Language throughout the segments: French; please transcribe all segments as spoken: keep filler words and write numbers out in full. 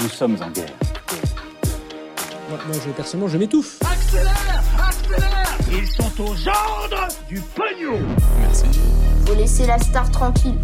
Nous sommes en guerre. Moi, moi je, personnellement, je m'étouffe. Accélère, accélère. Ils sont aux ordres du pognon. Merci. Faut laisser la star tranquille.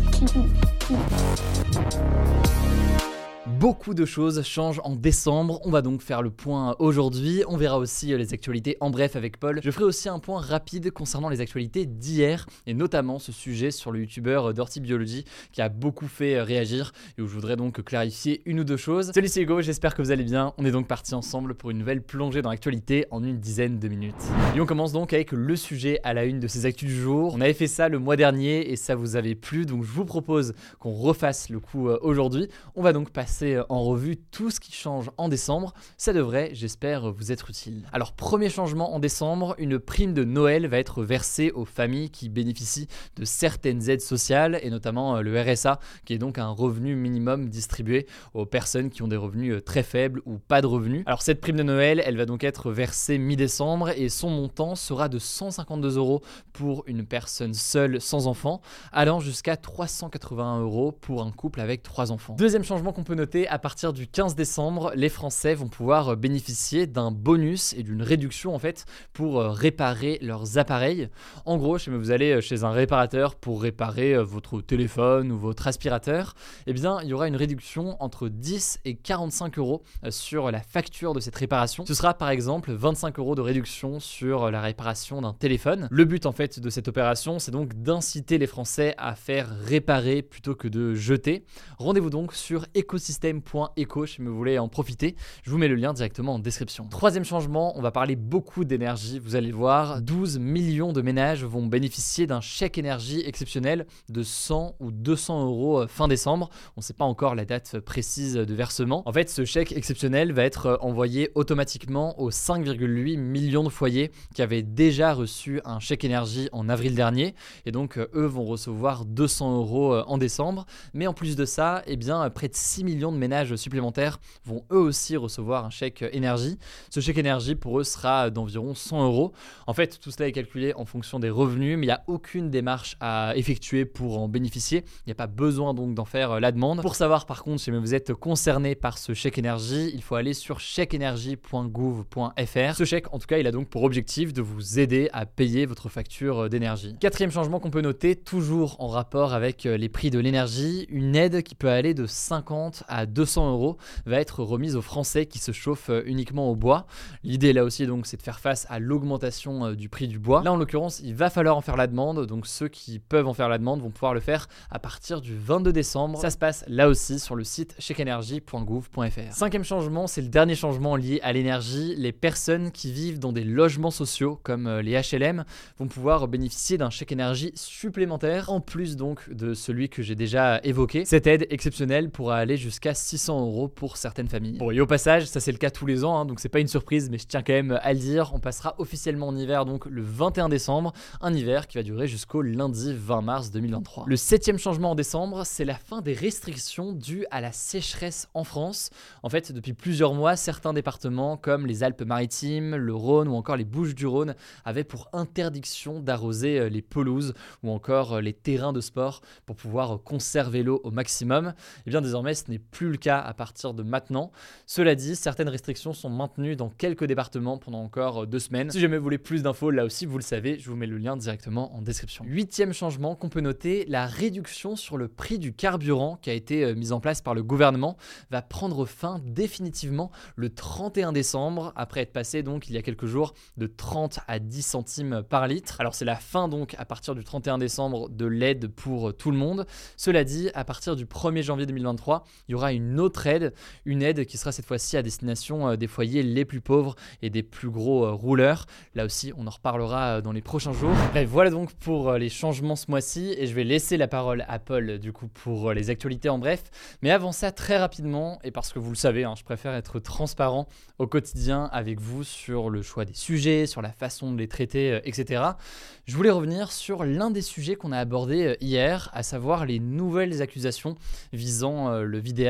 Beaucoup de choses changent en décembre, on va donc faire le point aujourd'hui, on verra aussi les actualités en bref avec Paul. Je ferai aussi un point rapide concernant les actualités d'hier, et notamment ce sujet sur le youtubeur Dirty Biology qui a beaucoup fait réagir et où je voudrais donc clarifier une ou deux choses. Salut, c'est Hugo, j'espère que vous allez bien, on est donc parti ensemble pour une nouvelle plongée dans l'actualité en une dizaine de minutes. Et on commence donc avec le sujet à la une de ces actus du jour. On avait fait ça le mois dernier et ça vous avait plu, donc je vous propose qu'on refasse le coup aujourd'hui. On va donc passer en revue tout ce qui change en décembre. Ça devrait, j'espère, vous être utile. Alors, premier changement en décembre, une prime de Noël va être versée aux familles qui bénéficient de certaines aides sociales et notamment le R S A, qui est donc un revenu minimum distribué aux personnes qui ont des revenus très faibles ou pas de revenus. Alors, cette prime de Noël, elle va donc être versée mi-décembre et son montant sera de cent cinquante-deux euros pour une personne seule sans enfant, allant jusqu'à trois cent quatre-vingts euros pour un couple avec trois enfants. Deuxième changement qu'on peut noter, à partir du quinze décembre, les Français vont pouvoir bénéficier d'un bonus et d'une réduction en fait pour réparer leurs appareils. En gros, si vous allez chez un réparateur pour réparer votre téléphone ou votre aspirateur, eh bien, il y aura une réduction entre dix et quarante-cinq euros sur la facture de cette réparation. Ce sera par exemple vingt-cinq euros de réduction sur la réparation d'un téléphone. Le but en fait de cette opération, c'est donc d'inciter les Français à faire réparer plutôt que de jeter. Rendez-vous donc sur écosystème point eco si vous voulez en profiter. Je vous mets le lien directement en description. Troisième changement, on va parler beaucoup d'énergie. Vous allez voir, douze millions de ménages vont bénéficier d'un chèque énergie exceptionnel de cent ou deux cents euros fin décembre. On ne sait pas encore la date précise de versement. En fait, ce chèque exceptionnel va être envoyé automatiquement aux cinq virgule huit millions de foyers qui avaient déjà reçu un chèque énergie en avril dernier. Et donc, eux vont recevoir deux cents euros en décembre. Mais en plus de ça, eh bien, près de six millions de ménages supplémentaires vont eux aussi recevoir un chèque énergie. Ce chèque énergie pour eux sera d'environ cent euros. En fait, tout cela est calculé en fonction des revenus, mais il n'y a aucune démarche à effectuer pour en bénéficier. Il n'y a pas besoin donc d'en faire la demande. Pour savoir par contre si vous êtes concerné par ce chèque énergie, il faut aller sur chèque énergie point gouv point f r. Ce chèque, en tout cas, il a donc pour objectif de vous aider à payer votre facture d'énergie. Quatrième changement qu'on peut noter, toujours en rapport avec les prix de l'énergie, une aide qui peut aller de cinquante à deux cents euros va être remise aux Français qui se chauffent uniquement au bois. L'idée là aussi donc c'est de faire face à l'augmentation du prix du bois. Là en l'occurrence il va falloir en faire la demande, donc ceux qui peuvent en faire la demande vont pouvoir le faire à partir du vingt-deux décembre. Ça se passe là aussi sur le site chèque énergie point gouv point f r. Cinquième changement, c'est le dernier changement lié à l'énergie. Les personnes qui vivent dans des logements sociaux comme les H L M vont pouvoir bénéficier d'un chèque énergie supplémentaire en plus donc de celui que j'ai déjà évoqué. Cette aide exceptionnelle pourra aller jusqu'à six cents euros pour certaines familles. Bon, et au passage, ça c'est le cas tous les ans, hein, donc c'est pas une surprise, mais je tiens quand même à le dire, on passera officiellement en hiver donc le vingt et un décembre, un hiver qui va durer jusqu'au lundi vingt mars deux mille vingt-trois. Le septième changement en décembre, c'est la fin des restrictions dues à la sécheresse en France. En fait, depuis plusieurs mois, certains départements comme les Alpes-Maritimes, le Rhône ou encore les Bouches-du-Rhône avaient pour interdiction d'arroser les pelouses ou encore les terrains de sport pour pouvoir conserver l'eau au maximum. Et bien désormais, ce n'est plus le cas à partir de maintenant. Cela dit, certaines restrictions sont maintenues dans quelques départements pendant encore deux semaines. Si jamais vous voulez plus d'infos, là aussi vous le savez, je vous mets le lien directement en description. Huitième changement qu'on peut noter, la réduction sur le prix du carburant qui a été mise en place par le gouvernement va prendre fin définitivement le trente et un décembre, après être passé donc il y a quelques jours de trente à dix centimes par litre. Alors c'est la fin donc à partir du trente et un décembre de l'aide pour tout le monde. Cela dit, à partir du premier janvier deux mille vingt-trois, il y aura une autre aide, une aide qui sera cette fois-ci à destination des foyers les plus pauvres et des plus gros rouleurs. Là aussi, on en reparlera dans les prochains jours. Bref, voilà donc pour les changements ce mois-ci et je vais laisser la parole à Paul du coup pour les actualités en bref. Mais avant ça, très rapidement, et parce que vous le savez, hein, je préfère être transparent au quotidien avec vous sur le choix des sujets, sur la façon de les traiter, et cetera. Je voulais revenir sur l'un des sujets qu'on a abordé hier, à savoir les nouvelles accusations visant le vidéaste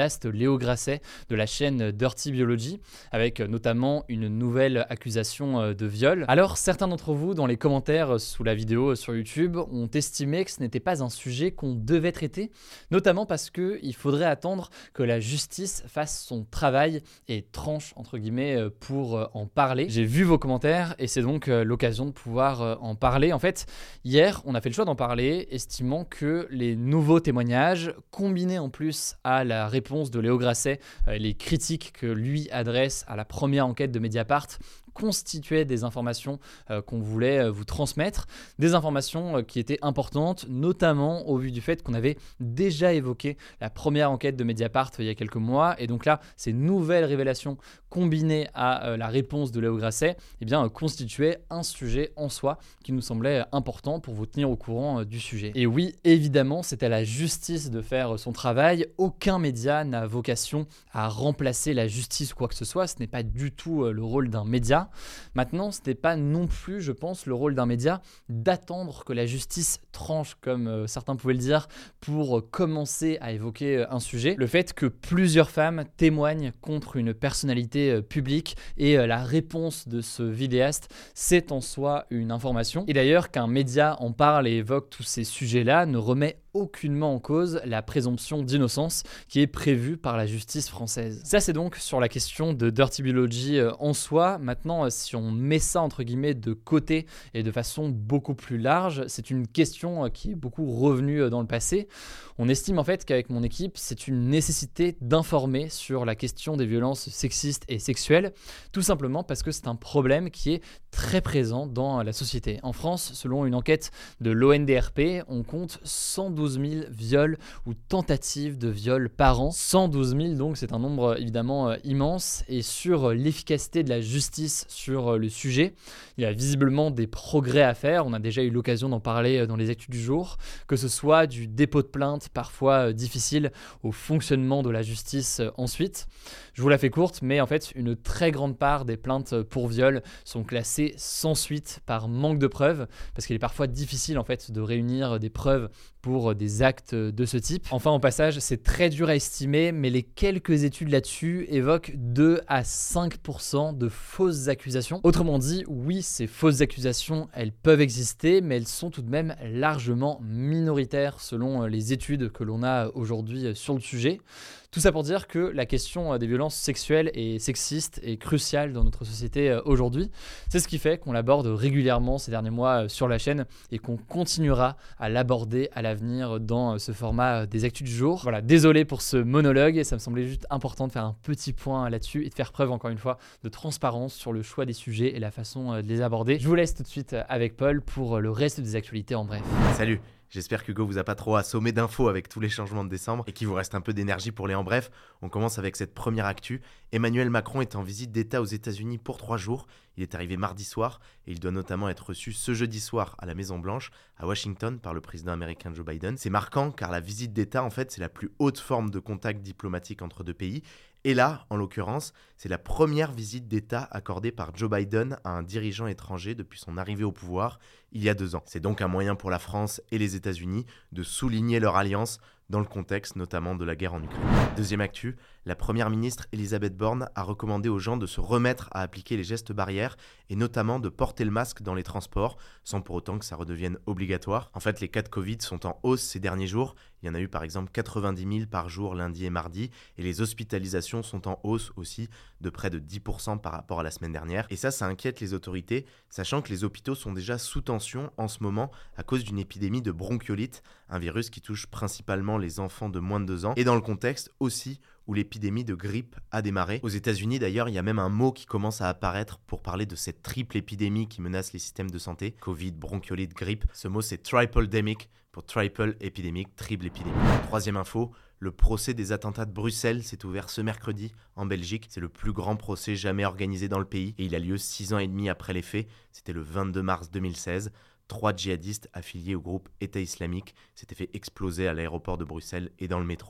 vidéaste Léo Grasset de la chaîne Dirty Biology, avec notamment une nouvelle accusation de viol. Alors certains d'entre vous dans les commentaires sous la vidéo sur YouTube ont estimé que ce n'était pas un sujet qu'on devait traiter, notamment parce qu'il faudrait attendre que la justice fasse son travail et tranche entre guillemets pour en parler. J'ai vu vos commentaires et c'est donc l'occasion de pouvoir en parler. En fait, hier, on a fait le choix d'en parler, estimant que les nouveaux témoignages, combinés en plus à la réponse de Léo Grasset, les critiques que lui adresse à la première enquête de Mediapart, constituaient des informations euh, qu'on voulait euh, vous transmettre, des informations euh, qui étaient importantes, notamment au vu du fait qu'on avait déjà évoqué la première enquête de Mediapart il y a quelques mois, et donc là, ces nouvelles révélations combinées à euh, la réponse de Léo Grasset, eh bien, euh, constituaient un sujet en soi qui nous semblait important pour vous tenir au courant euh, du sujet. Et oui, évidemment, c'est à la justice de faire euh, son travail. Aucun média n'a vocation à remplacer la justice ou quoi que ce soit. Ce n'est pas du tout euh, le rôle d'un média. Maintenant, ce n'est pas non plus, je pense, le rôle d'un média d'attendre que la justice tranche, comme euh, certains pouvaient le dire, pour euh, commencer à évoquer euh, un sujet. Le fait que plusieurs femmes témoignent contre une personnalité euh, publique et euh, la réponse de ce vidéaste, c'est en soi une information. Et d'ailleurs, qu'un média en parle et évoque tous ces sujets-là ne remet aucunement en cause la présomption d'innocence qui est prévue par la justice française. Ça, c'est donc sur la question de Dirty Biology euh, en soi. Maintenant, euh, si on met ça entre guillemets de côté et de façon beaucoup plus large, c'est une question euh, qui est beaucoup revenue euh, dans le passé. On estime en fait qu'avec mon équipe, c'est une nécessité d'informer sur la question des violences sexistes et sexuelles, tout simplement parce que c'est un problème qui est très présent dans la société. En France, selon une enquête de l'O N D R P, on compte cent douze mille viols ou tentatives de viol par an. cent douze mille, donc c'est un nombre évidemment euh, immense. Et sur euh, l'efficacité de la justice sur euh, le sujet, il y a visiblement des progrès à faire. On a déjà eu l'occasion d'en parler euh, dans les actus du jour, que ce soit du dépôt de plainte parfois euh, difficile au fonctionnement de la justice euh, ensuite. Je vous la fais courte, mais en fait, une très grande part des plaintes pour viol sont classées sans suite par manque de preuves, parce qu'il est parfois difficile en fait de réunir des preuves pour des actes de ce type. Enfin, au passage, c'est très dur à estimer, mais les quelques études là-dessus évoquent deux à cinq pour cent de fausses accusations. Autrement dit, oui, ces fausses accusations, elles peuvent exister, mais elles sont tout de même largement minoritaires selon les études que l'on a aujourd'hui sur le sujet. Tout ça pour dire que la question des violences sexuelles et sexistes est cruciale dans notre société aujourd'hui. C'est ce qui fait qu'on l'aborde régulièrement ces derniers mois sur la chaîne et qu'on continuera à l'aborder à l'avenir dans ce format des actus du jour. Voilà, désolé pour ce monologue, ça me semblait juste important de faire un petit point là-dessus et de faire preuve encore une fois de transparence sur le choix des sujets et la façon de les aborder. Je vous laisse tout de suite avec Paul pour le reste des actualités en bref. Salut! J'espère qu'Hugo vous a pas trop assommé d'infos avec tous les changements de décembre et qu'il vous reste un peu d'énergie pour les en bref. On commence avec cette première actu. Emmanuel Macron est en visite d'État aux États-Unis pour trois jours. Il est arrivé mardi soir et il doit notamment être reçu ce jeudi soir à la Maison-Blanche, à Washington, par le président américain Joe Biden. C'est marquant car la visite d'État, en fait, c'est la plus haute forme de contact diplomatique entre deux pays. Et là, en l'occurrence, c'est la première visite d'État accordée par Joe Biden à un dirigeant étranger depuis son arrivée au pouvoir il y a deux ans. C'est donc un moyen pour la France et les États-Unis de souligner leur alliance dans le contexte notamment de la guerre en Ukraine. Deuxième actu, la première ministre Elisabeth Borne a recommandé aux gens de se remettre à appliquer les gestes barrières et notamment de porter le masque dans les transports sans pour autant que ça redevienne obligatoire. En fait, les cas de Covid sont en hausse ces derniers jours. Il y en a eu par exemple quatre-vingt-dix mille par jour lundi et mardi et les hospitalisations sont en hausse aussi de près de dix pour cent par rapport à la semaine dernière. Et ça, ça inquiète les autorités, sachant que les hôpitaux sont déjà sous tension en ce moment à cause d'une épidémie de bronchiolite, un virus qui touche principalement les enfants de moins de deux ans, et dans le contexte aussi où l'épidémie de grippe a démarré. Aux États-Unis d'ailleurs, il y a même un mot qui commence à apparaître pour parler de cette triple épidémie qui menace les systèmes de santé, Covid, bronchiolite, grippe. Ce mot c'est tripledemic, pour triple épidémique, triple épidémie. Troisième info, le procès des attentats de Bruxelles s'est ouvert ce mercredi en Belgique. C'est le plus grand procès jamais organisé dans le pays et il a lieu six ans et demi après les faits. C'était le vingt-deux mars deux mille seize. Trois djihadistes affiliés au groupe État islamique s'étaient fait exploser à l'aéroport de Bruxelles et dans le métro.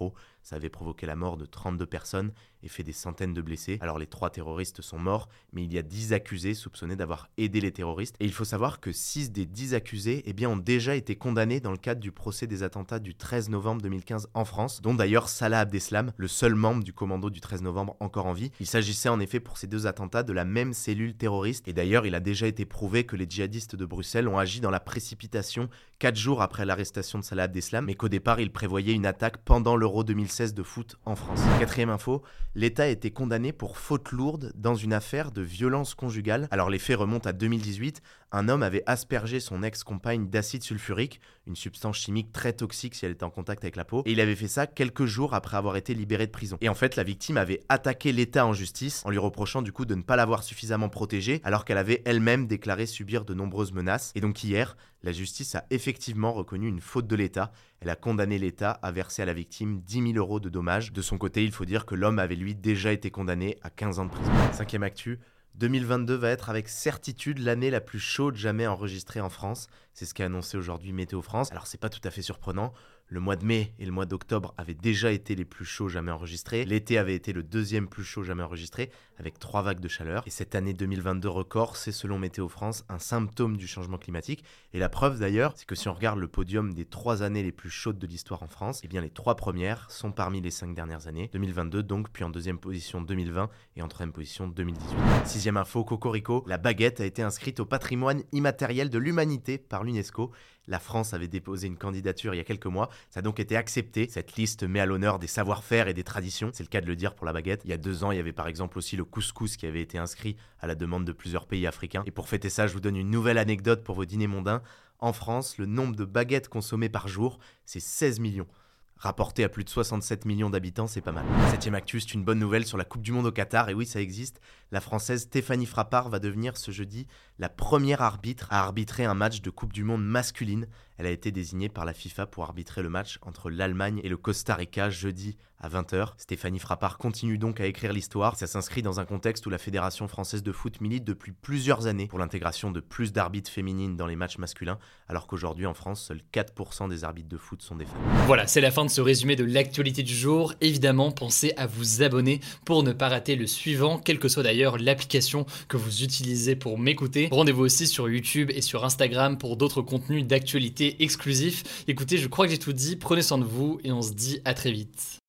Ça avait provoqué la mort de trente-deux personnes et fait des centaines de blessés. Alors les trois terroristes sont morts, mais il y a dix accusés soupçonnés d'avoir aidé les terroristes. Et il faut savoir que six des dix accusés eh bien, ont déjà été condamnés dans le cadre du procès des attentats du treize novembre deux mille quinze en France, dont d'ailleurs Salah Abdeslam, le seul membre du commando du treize novembre encore en vie. Il s'agissait en effet pour ces deux attentats de la même cellule terroriste. Et d'ailleurs, il a déjà été prouvé que les djihadistes de Bruxelles ont agi dans la précipitation quatre jours après l'arrestation de Salah Abdeslam, mais qu'au départ, ils prévoyaient une attaque pendant l'Euro deux mille seize de foot en France. Quatrième info, l'État a été condamné pour faute lourde dans une affaire de violence conjugale. Alors les faits remontent à deux mille dix-huit. Un homme avait aspergé son ex-compagne d'acide sulfurique, une substance chimique très toxique si elle était en contact avec la peau, et il avait fait ça quelques jours après avoir été libéré de prison. Et en fait, la victime avait attaqué l'État en justice en lui reprochant du coup de ne pas l'avoir suffisamment protégée, alors qu'elle avait elle-même déclaré subir de nombreuses menaces. Et donc hier, la justice a effectivement reconnu une faute de l'État. Elle a condamné l'État à verser à la victime dix mille euros de dommages. De son côté, il faut dire que l'homme avait lui déjà été condamné à quinze ans de prison. Cinquième actu, deux mille vingt-deux va être avec certitude l'année la plus chaude jamais enregistrée en France. C'est ce qu'a annoncé aujourd'hui Météo France. Alors c'est pas tout à fait surprenant. Le mois de mai et le mois d'octobre avaient déjà été les plus chauds jamais enregistrés. L'été avait été le deuxième plus chaud jamais enregistré, avec trois vagues de chaleur. Et cette année deux mille vingt-deux record, c'est selon Météo France un symptôme du changement climatique. Et la preuve d'ailleurs, c'est que si on regarde le podium des trois années les plus chaudes de l'histoire en France, eh bien les trois premières sont parmi les cinq dernières années. deux mille vingt-deux donc, puis en deuxième position deux mille vingt et en troisième position deux mille dix-huit. Sixième info, Cocorico, la baguette a été inscrite au patrimoine immatériel de l'humanité par l'UNESCO. La France avait déposé une candidature il y a quelques mois, ça a donc été accepté. Cette liste met à l'honneur des savoir-faire et des traditions, c'est le cas de le dire pour la baguette. Il y a deux ans, il y avait par exemple aussi le couscous qui avait été inscrit à la demande de plusieurs pays africains. Et pour fêter ça, je vous donne une nouvelle anecdote pour vos dîners mondains. En France, le nombre de baguettes consommées par jour, c'est seize millions. Rapporté à plus de soixante-sept millions d'habitants, c'est pas mal. Septième actu, c'est une bonne nouvelle sur la Coupe du Monde au Qatar, et oui, ça existe. La Française Stéphanie Frappart va devenir ce jeudi la première arbitre à arbitrer un match de Coupe du Monde masculine. Elle a été désignée par la FIFA pour arbitrer le match entre l'Allemagne et le Costa Rica jeudi à vingt heures. Stéphanie Frappart continue donc à écrire l'histoire. Ça s'inscrit dans un contexte où la Fédération française de foot milite depuis plusieurs années pour l'intégration de plus d'arbitres féminines dans les matchs masculins, alors qu'aujourd'hui en France, seuls quatre pour cent des arbitres de foot sont des femmes. Voilà, c'est la fin de ce résumé de l'actualité du jour. Évidemment, pensez à vous abonner pour ne pas rater le suivant, quelle que soit d'ailleurs l'application que vous utilisez pour m'écouter. Rendez-vous aussi sur YouTube et sur Instagram pour d'autres contenus d'actualité exclusifs. Écoutez, je crois que j'ai tout dit, prenez soin de vous et on se dit à très vite.